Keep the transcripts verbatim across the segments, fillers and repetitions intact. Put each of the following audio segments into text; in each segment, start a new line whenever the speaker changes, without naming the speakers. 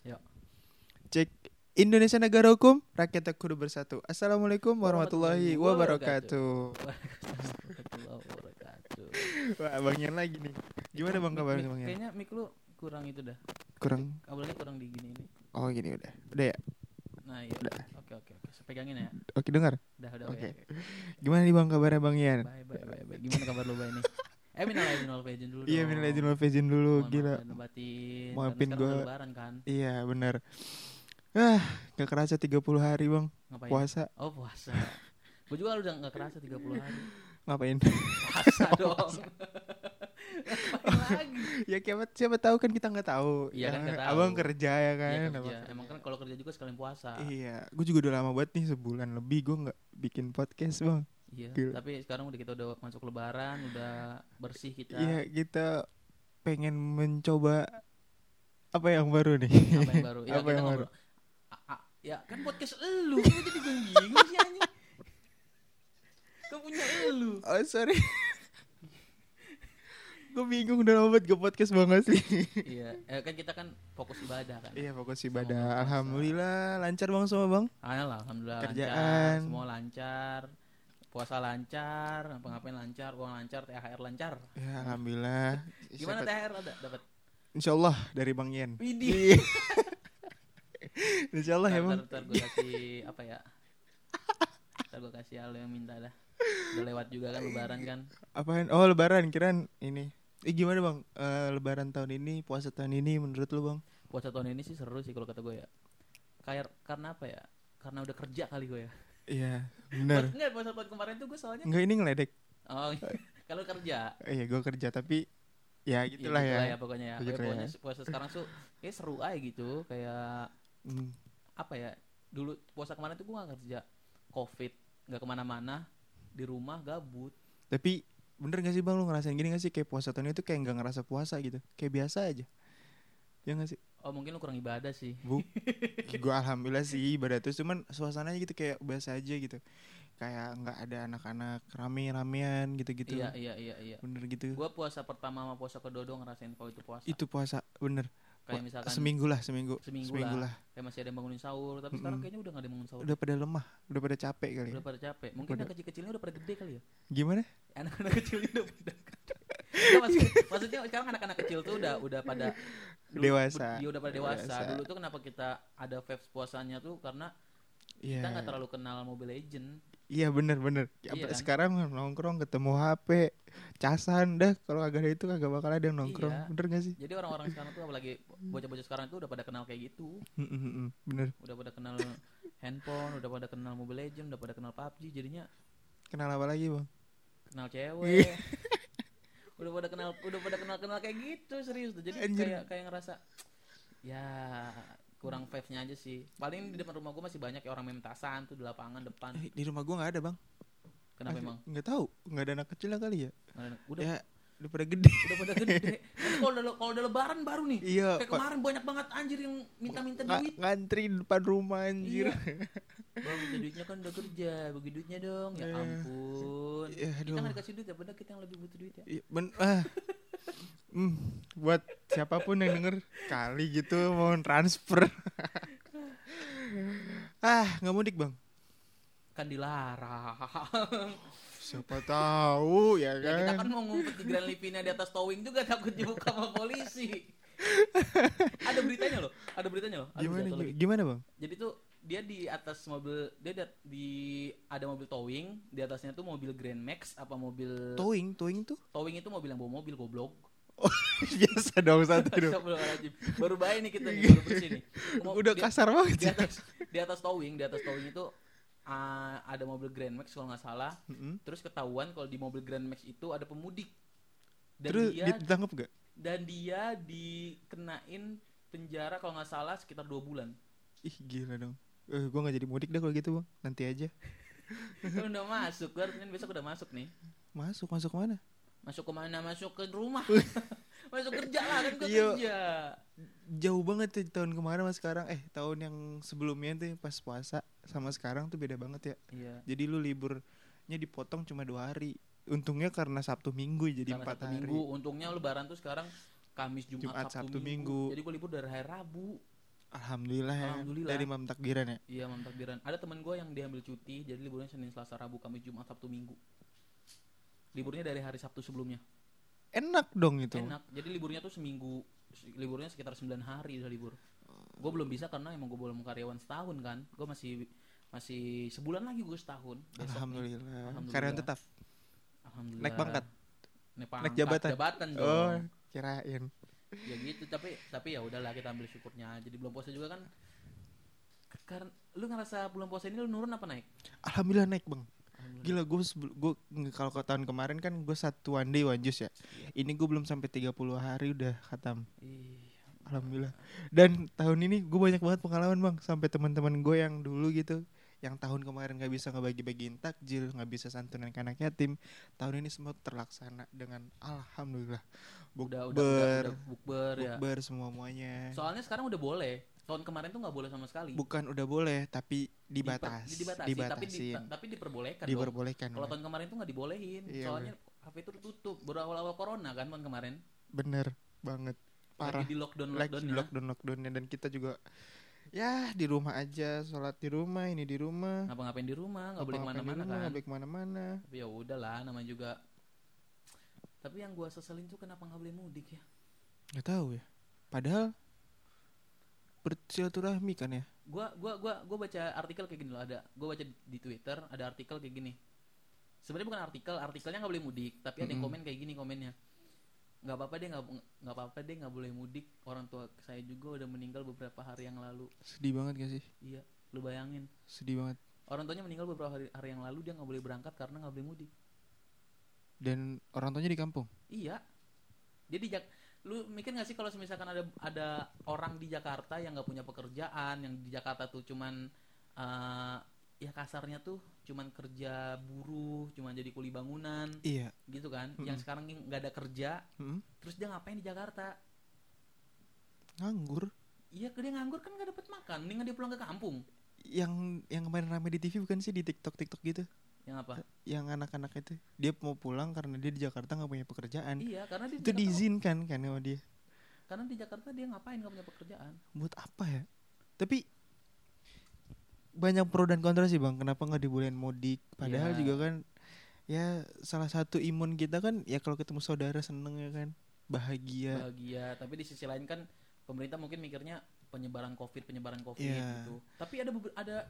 Ya.
Cek Indonesia negara hukum, rakyat kudu bersatu. Assalamualaikum warahmatullahi wabarakatuh.
Warahmatullahi wabarakatuh.
Wah, Bang Yan lagi nih. Gimana
Itu
Bang
mic-
kabarnya
mic-
Bang Yan?
Kayaknya mic lu kurang itu dah.
Kurang.
Kabelnya kurang di gini ini.
Oh gini udah. Udah ya?
Nah, iya.
Udah.
Oke, oke, oke. Saya pegangin ya.
Oke dengar.
Udah, udah.
Oke.
Oke.
Gimana nih Bang kabarnya Bang Yan?
Bye, bye, bye, bye. Gimana kabar lu, Bay nih? Eh, minal aidin wal faizin dulu
Iya,
dong.
minal aidin wal faizin dulu.
Mohon
Gila.
maaf lahir batin.
Maafin
Karena sekarang
gua.
udah lebaran kan.
Iya, benar. Ah, gak kerasa tiga puluh hari Bang
Ngapain?
puasa.
Oh, puasa. Gue juga udah gak kerasa tiga puluh hari.
Ngapain?
Puasa dong. Ngapain lagi?
Ya siapa, siapa tahu kan kita nggak tahu.
Iya kan,
Ya,
nggak tahu.
Abang kerja ya kan.
Iya
Abang
kerja. Emang kan kalau kerja juga sekalian puasa.
Iya, gue juga udah lama banget nih, sebulan lebih gue nggak bikin podcast Bang.
Iya.
Gila.
Tapi sekarang udah kita udah masuk lebaran, udah bersih kita.
Iya, kita pengen mencoba apa yang baru nih.
Apa yang baru? Ya
Apa
kita
yang
ngobrol. A- a- ya kan podcast elu, gue jadi bingung sih anjing. Kan punya elu.
Oh sorry. Gue bingung udah lama banget gue podcast Bang asli.
Iya, eh, kan kita kan fokus ibadah kan.
Iya, fokus
Sama
ibadah.
puasa.
Alhamdulillah lancar Bang semua Bang.
Ayolah, alhamdulillah
Kerjaan.
lancar, semua lancar. Puasa lancar, apa-ngapain lancar, uang lancar, T H R lancar.
Ya alhamdulillah.
Gimana
Siapa-
T H R ada dapat?
Insyaallah dari Bang Yen.
Widih.
Insyaallah ya
Ntar,
Bang.
ntar, ntar gue kasih apa ya? Ntar gue kasih hal yang minta dah. Udah lewat juga kan lebaran kan.
Apaan? Oh lebaran kirain ini. Eh gimana Bang? Eh, lebaran tahun ini, puasa tahun ini menurut lu Bang?
Puasa tahun ini sih seru sih kalau kata gue ya. Kayak karena apa ya? Karena udah kerja kali gue ya.
Iya, benar.
Enggak, puasa tahun kemarin tuh gue soalnya.
Enggak, ini ngeledek.
Oh, kalau kerja.
Eh, iya gue kerja tapi ya
Ya,
gitulah
gitulah
ya.
ya pokoknya ya.
Begitu
Ya, pokoknya
ya.
puasa sekarang tuh kayak seru aja gitu. Kayak
Hmm.
apa ya? Dulu puasa kemarin tuh gue gak kerja. Covid, gak kemana-mana. Di rumah gabut.
Tapi bener gak sih Bang lu ngerasain gini gak sih, kayak puasa tahun itu kayak gak ngerasa puasa gitu, kayak biasa aja. Ya gak sih?
Oh mungkin lu kurang ibadah sih.
Bu, gue alhamdulillah sih ibadah tuh, cuman suasananya gitu kayak biasa aja gitu. Kayak nggak ada anak-anak rame-ramean gitu-gitu.
Iya iya iya iya.
Bener gitu.
Gue puasa pertama sama puasa kedua doang ngerasain kalau itu puasa.
Itu puasa bener.
Kayak
Wah,
misalkan
seminggu lah seminggu.
seminggu, lah.
lah.
Kayak masih ada yang bangunin sahur. Tapi sekarang
Mm-mm.
kayaknya udah gak ada yang bangun sahur.
Udah pada lemah, udah pada capek kali.
Udah pada capek. Mungkin
Udah.
yang kecil-kecilnya udah pada gede kali ya.
Gimana?
Anak-anak kecilnya udah pada Nggak, maksudnya, maksudnya sekarang anak-anak kecil tuh udah udah pada dulu-
Dewasa.
Dia udah pada dewasa.
Dewasa.
Dulu tuh kenapa kita ada vibes puasanya tuh karena
Iya.
kita nggak terlalu kenal Mobile Legend.
Iya bener-bener.
Iya
Apa-
kan?
Sekarang nongkrong ketemu H P, casan dah. Kalau agak ada itu kagak bakal ada yang nongkrong.
Iya.
Bener gak sih?
Jadi orang-orang sekarang tuh apalagi bocah-bocah sekarang tuh udah pada kenal kayak gitu.
Bener.
Udah pada kenal handphone, udah pada kenal Mobile Legend, udah pada kenal P U B G. Jadinya
Kenal apa lagi Bang?
kenal cewek. udah pada kenal udah pada kenal kenal kayak gitu serius tuh. Jadi
Anjir.
kayak kayak ngerasa ya kurang vibes-nya aja sih. Paling di depan rumah gue masih banyak ya orang main petasan tuh di lapangan depan.
Eh, di rumah gua nggak ada Bang.
Kenapa
Asli,
emang?
nggak tahu, nggak ada anak kecil lah kali ya.
Udah
Ya udah pada gede.
udah pada gede. Nanti kalau udah kalau udah lebaran baru nih.
Iya.
Kayak
pa-
kemarin banyak banget anjir yang minta-minta
nga-
duit.
ngantri di depan rumah anjir.
Iya. Bang minta duitnya kan udah kerja, bagi duitnya dong. Ya
Eh,
ampun.
iya,
Kita
aduh.
nggak dikasih duit ya, padahal kita yang lebih butuh duit ya.
Iya, ben ah. Hmm, buat siapapun yang denger kali gitu mau transfer. ah, nggak mudik Bang.
Kan dilarang.
Siapa tahu ya
Ya kita
kan.
kan mau ngumpet di Grand Livina di atas towing juga takut dibuka sama polisi. Ada beritanya loh, ada beritanya loh. Ada
Gimana
satu lagi.
gimana Bang?
Jadi tuh dia di atas mobil, dia di, di ada mobil towing, di atasnya tuh mobil Grand Max apa mobil
Towing, towing tuh.
towing itu mobil yang bawa mobil goblok.
Biasa dong satu dong.
Astagfirullahaladzim. Baru baik nih kita nih, baru bersih nih. Mau-
Udah
di-
kasar
di
banget.
atas di atas towing, di atas towing itu ah, ada mobil Grand Max kalau nggak salah.
Mm-mm.
Terus ketahuan kalau di mobil Grand Max itu ada pemudik. Dan
Terus
dia
ditangkap gak?
dan dia dikenain penjara kalau nggak salah sekitar dua bulan.
Ih gila dong. Eh, gue gak jadi mudik dah kalau gitu Bang. Nanti aja.
Kan udah masuk, gue harusnya besok udah masuk nih.
Masuk, masuk mana?
Masuk kemana? Masuk ke rumah. Masuk kerja lah kan gue
Iya.
kerja.
Jauh banget tuh tahun kemarin sama sekarang. Eh tahun yang sebelumnya tuh pas puasa sama sekarang tuh beda banget ya.
Iya.
Jadi lu liburnya dipotong cuma dua hari. Untungnya karena Sabtu Minggu jadi
Karena
empat
Sabtu
hari.
Minggu, untungnya lebaran tuh sekarang Kamis, Jumat,
Jumat,
Sabtu,
Sabtu,
Minggu.
Minggu.
Jadi gue libur dari hari Rabu.
Alhamdulillah ya.
Alhamdulillah.
Dari mam takbiran ya.
Iya, mam takbiran. Ada temen gue yang diambil cuti, jadi liburnya Senin, Selasa, Rabu, Kamis, Jumat, Sabtu, Minggu. Liburnya dari hari Sabtu sebelumnya.
Enak dong itu.
Enak. Jadi liburnya tuh seminggu, liburnya sekitar sembilan hari udah libur. Gue belum bisa karena emang gue belum karyawan setahun kan. Gue masih masih sebulan lagi gue setahun.
Alhamdulillah.
Alhamdulillah.
Karyawan tetap.
Alhamdulillah.
Naik pangkat.
Naik pangkat.
Naik jabatan.
Jabatan dong.
Oh, kirain.
Ya gitu, tapi tapi ya udahlah kita ambil syukurnya. Jadi belum puasa juga kan. Karena lu ngerasa bulan puasa ini lu nurun apa naik?
Alhamdulillah naik, Bang.
Alhamdulillah.
Gila, gue gue kalau ke tahun kemarin kan gue satu one day one juice ya.
Iya.
Ini gue belum sampai tiga puluh hari udah khatam.
Ih,
Alhamdulillah. Dan tahun ini gue banyak banget pengalaman, Bang. Sampai teman-teman gue yang dulu gitu, yang tahun kemarin gak bisa ngebagi-bagiin takjil, gak bisa santunan ke anak yatim, tahun ini semua terlaksana dengan alhamdulillah.
udah udah udah,
Bukber,
udah bukber ya.
bukber semua-muanya.
Soalnya sekarang udah boleh. Tahun kemarin tuh nggak boleh sama sekali.
Bukan udah boleh, tapi dibatas,
Diper, dibatasi,
dibatasin,
tapi, di, tapi diperbolehkan.
diperbolehkan.
Kalau tahun kemarin tuh nggak dibolehin.
Iya,
Soalnya kafe itu tutup. Baru awal-awal corona kan tahun kemarin.
Bener banget, parah.
Lagi di lockdown
Lagi
lockdownnya.
lockdown lockdownnya dan kita juga ya di rumah aja, sholat di rumah, ini di rumah.
Ngapa-ngapain di rumah, nggak boleh
Ngapa-ngapain di
kemana-mana
rumah,
kan.
nggak boleh kemana-mana.
Tapi ya udahlah, namanya juga. Tapi yang gua seselin tuh kenapa nggak boleh mudik ya?
Nggak tahu ya. Padahal bersilaturahmi kan ya.
Gua gua gua gua baca artikel kayak gini loh, ada. Gua baca di Twitter ada artikel kayak gini. Sebenarnya bukan artikel, artikelnya nggak boleh mudik, tapi ada yang
Mm-mm.
komen kayak gini komennya. Nggak apa-apa deh, nggak nggak apa-apa deh nggak boleh mudik. Orang tua saya juga udah meninggal beberapa hari yang lalu.
Sedih banget gak sih?
Iya, lu bayangin.
Sedih banget.
Orang tuanya meninggal beberapa hari, hari yang lalu, dia nggak boleh berangkat karena nggak boleh mudik.
Dan orang tuanya di kampung.
Iya. Dia di Jak lu mikir nggak sih kalau misalkan ada ada orang di Jakarta yang nggak punya pekerjaan, yang di Jakarta tuh cuman uh, ya kasarnya tuh cuman kerja buruh, cuman jadi kuli bangunan,
Iya.
gitu kan?
Mm-mm.
Yang sekarang nggak ada kerja,
Mm-mm.
terus dia ngapain di Jakarta?
Nganggur.
Iya, dia nganggur kan nggak dapat makan, mendingan dia pulang ke kampung.
Yang yang kemarin rame di T V bukan sih, di TikTok TikTok gitu?
Yang apa?
Yang anak-anak itu dia mau pulang karena dia di Jakarta nggak punya pekerjaan.
Iya, karena dia di
Itu
Jakarta-
diizinkan kan sama dia.
Karena di Jakarta dia ngapain nggak punya pekerjaan?
Buat apa ya? Tapi banyak pro dan kontra sih, Bang. Kenapa nggak dibolehin mudik? Padahal
Iya.
juga kan ya salah satu imun kita kan ya kalau ketemu saudara seneng ya kan, bahagia.
Bahagia. Tapi di sisi lain kan pemerintah mungkin mikirnya penyebaran covid penyebaran covid
Iya.
gitu. Tapi ada beber- ada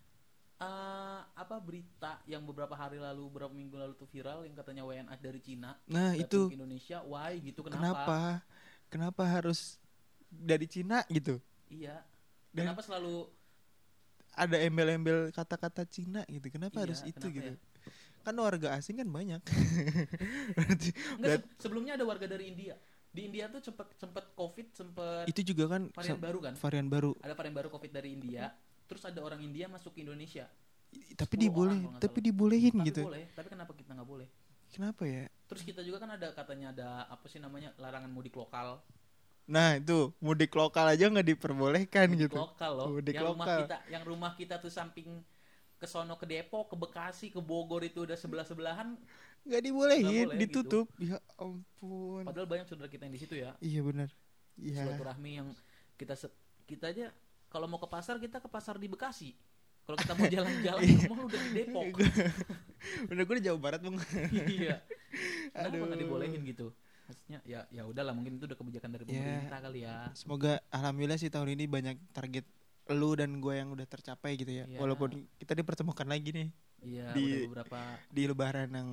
uh, apa berita yang beberapa hari lalu, beberapa minggu lalu tuh viral yang katanya W N A dari Cina
Nah
datang
itu
ke Indonesia. Why gitu,
kenapa?
kenapa?
Kenapa harus dari Cina gitu?
Iya.
Dan-
Kenapa selalu
Ada embel-embel kata-kata Cina gitu. Kenapa
Iya,
harus itu
kenapa
gitu?
ya?
Kan warga asing kan banyak. Berarti-
Enggak, se- sebelumnya ada warga dari India. Di India tuh sempet sempet covid, sempet
itu juga kan
varian
sa-
baru kan?
varian baru.
Ada varian baru covid dari India. Terus ada orang India masuk ke Indonesia.
I- Tapi
sepuluh
diboleh,
orang kalau nggak
tapi
salah.
dibolehin
Tapi
gitu.
boleh, tapi kenapa kita nggak boleh?
Kenapa ya?
Terus kita juga kan ada katanya ada apa sih namanya larangan mudik lokal.
Nah itu mudik lokal aja nggak diperbolehkan
Mudik
gitu.
lokal loh.
Mudik
yang rumah
lokal.
kita, yang rumah kita tuh samping ke sono, ke Depok, ke Bekasi, ke Bogor itu udah sebelah sebelahan.
Nggak dibolehin,
Nggak boleh
ditutup. Ya ampun.
Padahal banyak saudara kita yang di situ ya.
Iya benar. Iya.
Silaturahmi yang kita se- kita aja kalau mau ke pasar kita ke pasar di Bekasi. Kalau kita mau jalan-jalan ke mall udah di Depok.
Bener gue di Jawa Barat, Bang.
Iya. Kenapa
Aduh.
nggak dibolehin gitu? Maksudnya ya ya udahlah, mungkin itu udah kebijakan dari
Ya.
pemerintah kali ya.
Semoga alhamdulillah sih tahun ini banyak target lu dan gue yang udah tercapai gitu ya.
Iya.
Walaupun kita dipertemukan lagi nih
Iya,
Di-
udah beberapa
di lebaran yang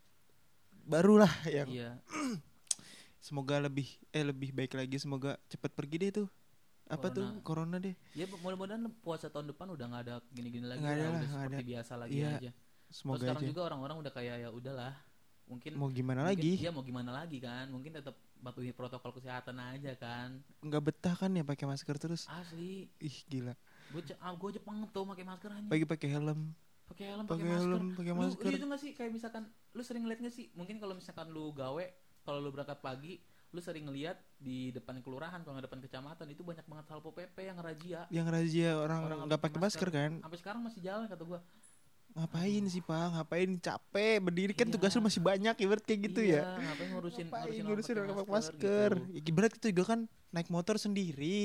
baru lah yang
iya.
semoga lebih eh lebih baik lagi, semoga cepet pergi deh tuh. Apa tuh corona deh.
Ya mudah-mudahan puasa tahun depan udah nggak ada gini-gini lagi
Nggak
lah,
ada
udah
lah, nggak
seperti
ada.
biasa lagi
Iya,
aja. Terus
Semoga
sekarang
aja.
juga orang-orang udah kayak ya udahlah, mungkin
Mau gimana
mungkin-
lagi?
Iya mau gimana lagi kan? Mungkin tetap patuhi protokol kesehatan aja kan.
Nggak betah kan ya pakai masker terus.
Asli,
Ih gila.
gue ah, gue aja pengen tuh pakai masker aja.
Pagi pakai helm.
Pakai helm, pakai
Pakai
masker.
helm, pakai
Lu,
masker.
lu itu nggak sih kayak misalkan lu sering ngeliat nggak sih? Mungkin kalau misalkan lu gawe, kalau lu berangkat pagi, lu sering ngeliat di depan kelurahan, kalau nggak depan kecamatan itu banyak banget Satpol P P yang razia.
Yang razia orang
Orang
nggak pakai masker kan.
Sampai sekarang masih jalan kata gue.
Ngapain sih Pak? Ngapain capek berdiri kan
Iya.
tugas lu masih banyak ibarat kayak gitu
Iya,
ya.
ngapain ngurusin
Ngapain
ngurusin,
ngurusin
orang
orang
pakai
pakai masker?
gitu.
Ya, ibarat kita juga kan naik motor sendiri.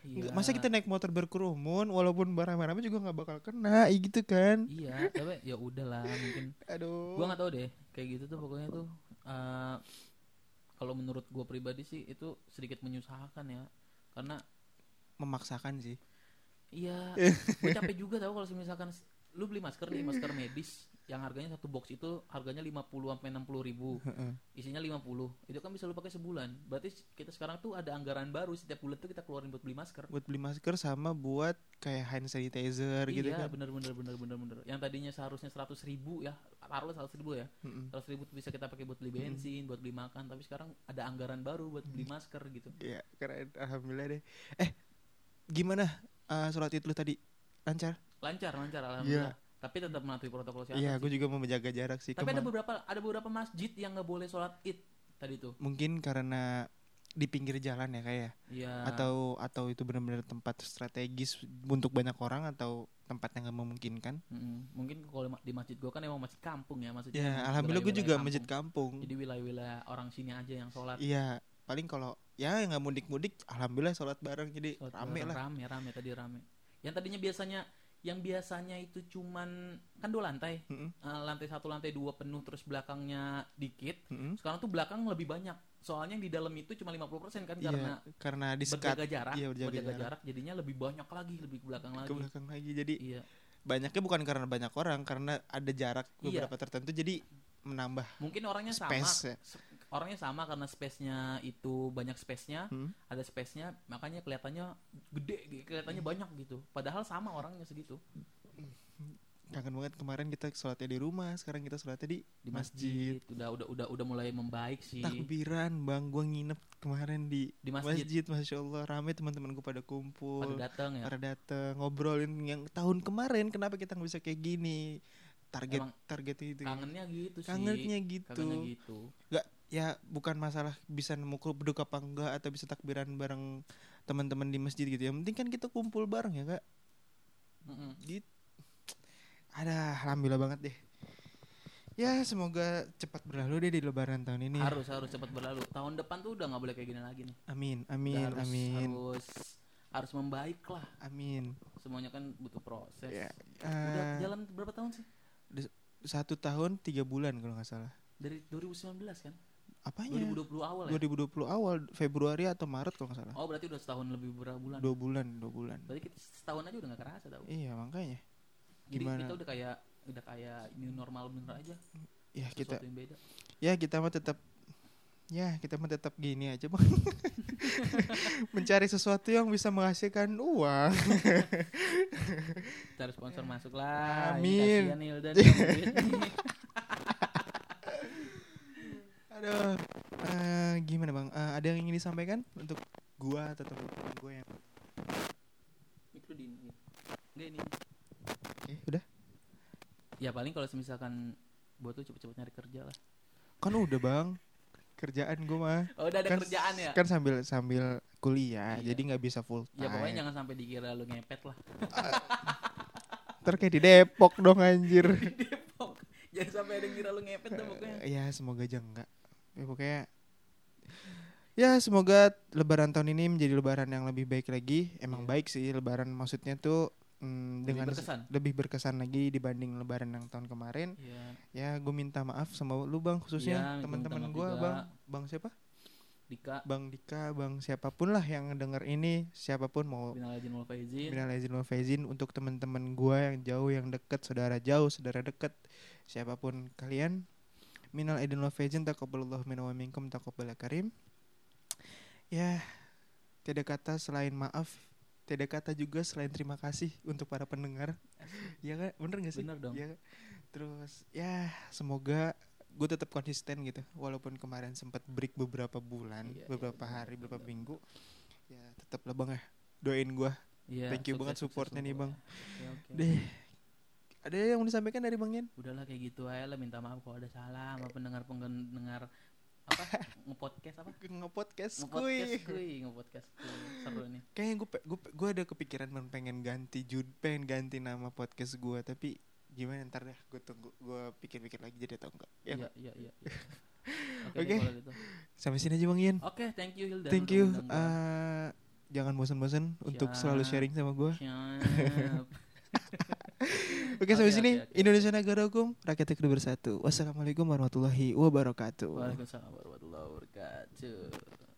Iya.
Nggak- Masa kita naik motor berkerumun walaupun barang-barangnya juga nggak bakal kena i gitu kan.
Iya, tapi ya udahlah mungkin.
Aduh.
Gua nggak tahu deh, kayak gitu tuh pokoknya tuh. eh, kalau menurut gua pribadi sih itu sedikit menyusahkan ya, karena
Memaksakan sih.
iya, gue capek juga tau kalau misalkan s- lu beli masker nih, masker medis yang harganya satu box itu harganya lima puluh sampai enam puluh ribu, isinya lima puluh, itu kan bisa lu pakai sebulan. Berarti s- kita sekarang tuh ada anggaran baru setiap bulan tuh kita keluarin buat beli masker.
Buat beli masker sama buat kayak hand sanitizer gitu
Iya,
kan.
bener bener bener bener bener. Yang tadinya seharusnya seratus ribu ya, taruhlah seratus ribu ya.
Mm-mm.
Seratus ribu tuh bisa kita pakai buat beli bensin, buat beli makan. Tapi sekarang ada anggaran baru buat beli masker gitu.
Iya, keren. Alhamdulillah deh. Eh, gimana uh, sholat Id lu tadi? Lancar?
Lancar, lancar alhamdulillah. Tapi tetap mematuhi protokol kesehatan.
Iya,
sih.
gue juga mau menjaga jarak sih.
Tapi ada
Kema-
beberapa ada beberapa masjid yang nggak boleh sholat id tadi tuh.
Mungkin karena di pinggir jalan ya kayak.
Iya.
Atau atau itu benar-benar tempat strategis untuk banyak orang atau tempat yang nggak memungkinkan.
Mm-mm. Mungkin kalau di masjid gua kan emang masjid kampung ya, maksudnya.
Ya,
emang
alhamdulillah gue
wilayah-wilayah
juga masjid kampung.
Jadi wilayah-wilayah orang sini aja yang sholat.
Iya, paling kalau ya nggak mudik-mudik, alhamdulillah sholat bareng jadi
Sholat
rame
bareng,
lah.
Rame, rame tadi rame. Yang tadinya biasanya yang biasanya itu cuman kan dua lantai.
Mm-mm.
Eh, lantai satu, lantai dua penuh terus belakangnya dikit.
Mm-mm.
Sekarang tuh belakang lebih banyak. Soalnya yang di dalam itu cuma lima puluh persen kan
Iya,
karena
karena disekat.
berjaga jarak,
Iya, berjaga
berjaga
jarak.
jarak jadinya lebih banyak lagi, lebih ke belakang lagi.
Ke belakang lagi jadi
Iya.
banyaknya bukan karena banyak orang, karena ada jarak
Iya.
beberapa tertentu jadi menambah
Mungkin orangnya sama,
space ya.
s- orangnya sama karena space-nya itu banyak space-nya,
Hmm?
ada space-nya, makanya kelihatannya gede, gitu, kelihatannya banyak gitu. Padahal sama orangnya segitu.
Kangen banget kemarin kita sholatnya di rumah, sekarang kita sholatnya di
Di masjid, udah udah udah udah mulai membaik sih.
takbiran bang, gua nginep kemarin di,
Di masjid.
masjid, masya Allah rame teman-teman gue pada kumpul,
Pada datang ya.
pada dateng ngobrolin yang tahun kemarin kenapa kita nggak bisa kayak gini, target
Emang
target itu,
Kangennya gitu sih.
kangennya gitu,
Kangennya gitu.
nggak ya bukan masalah bisa nemu klub beduk apa enggak atau bisa takbiran bareng teman-teman di masjid gitu, yang penting kan kita kumpul bareng ya kak,
Mm-mm.
gitu. Ada alhamdulillah banget deh. Ya semoga cepat berlalu deh di lebaran tahun ini.
Harus harus cepat berlalu. Tahun depan tuh udah nggak boleh kayak gini lagi nih.
Amin,
Udah
amin,
harus,
amin,
Harus harus membaik lah.
amin.
Semuanya kan butuh proses.
Ya,
Udah
eh,
jalan berapa tahun sih?
satu tahun tiga bulan kalau nggak salah.
Dari dua ribu sembilan belas kan?
Apanya?
dua ribu dua puluh awal ya?
dua ribu dua puluh awal Februari atau Maret kalau nggak salah.
Oh berarti udah setahun lebih berapa bulan?
Dua bulan, dua bulan.
Berarti kita setahun aja udah gak kerasa tau.
Iya makanya.
Jadi
Gimana?
kita udah kayak udah kayak new normal bener aja.
Ya kita,
Sesuatu yang beda.
ya kita mah tetap, ya kita mah tetap gini aja bang. Mencari sesuatu yang bisa menghasilkan uang.
Cari sponsor masuk lah.
Amin.
Ini kasihan nih Hilda nih, sama duit nih.
Aduh, eh, gimana bang? Eh, ada yang ingin disampaikan untuk gua atau teman-teman gua yang?
Mikro di ini. Enggak ini.
Oke, udah.
Ya paling kalau misalkan buat tuh cepet-cepet nyari kerja lah.
Kan udah bang, kerjaan gua mah.
Oh udah ada
kan,
kerjaan ya?
Kan sambil sambil kuliah,
Iya.
jadi nggak bisa full time.
Ya pokoknya jangan sampai dikira lu ngepet lah.
Ntar kayak di Depok dong anjir.
Di Depok. Jangan sampai ada yang ngira lu ngepet dah pokoknya.
Eh, ya semoga aja enggak. Ya, pokoknya ya semoga lebaran tahun ini menjadi lebaran yang lebih baik lagi. Emang
Iya.
baik sih lebaran, maksudnya tuh mm,
Lebih
dengan
berkesan.
lebih berkesan lagi dibanding lebaran yang tahun kemarin.
Iya.
Ya gue minta maaf sama lu bang,
Iya,
khususnya
minta
teman-teman
maaf
gue
juga.
bang, bang siapa?
Dika.
Bang Dika, bang siapapun lah yang denger ini, siapapun mau
Minal aidin wal faizin.
minal aidin wal faizin, untuk teman-teman gue yang jauh, yang dekat, saudara jauh, saudara dekat, siapapun kalian, minal aidin wal faizin, taqabbalallahu minna wa minkum taqabbal karim. Ya, tidak kata selain maaf, tidak kata juga selain terima kasih untuk para pendengar. Ya kan, bener gak sih?
Bener dong.
Ya. Terus ya semoga gue tetap konsisten gitu, walaupun kemarin sempat break beberapa bulan,
Iya,
beberapa
iya,
hari,
bener,
beberapa
bener.
minggu. Ya tetap lah bang ya, doain gue.
Iya,
Thank you
sukses,
banget
sukses
supportnya nih,
semua.
Bang.
Oke, oke.
Deh, ada yang mau disampaikan dari Bang Yen?
Udahlah kayak gitu aja lah, minta maaf kalau ada salah sama pendengar pendengar apa nge-podcast apa?
Nge-podcast
Nge-podcast
kuy.
kuy, nge-podcast kuy. Seru nih.
Kayaknya gue gue gue ada kepikiran Bang, pengen ganti jud, pengen ganti nama podcast gue, tapi gimana ntar deh, gue tunggu, gue pikir-pikir lagi jadi atau enggak. Ya,
Iya, iya, iya. iya. Oke,
Oke.
deh kalau gitu.
sampai sini aja Bang Yen.
Oke, thank you Hilda.
Thank
udah
you.
undang gua.
Eh, jangan bosan-bosan untuk
Siap.
selalu sharing sama gue.
Siap.
Oke, sampai
Oke,
sini
oke, oke.
Indonesia Negara Hukum, rakyat negeri bersatu. Wassalamualaikum warahmatullahi wabarakatuh.
Waalaikumsalam warahmatullahi wabarakatuh.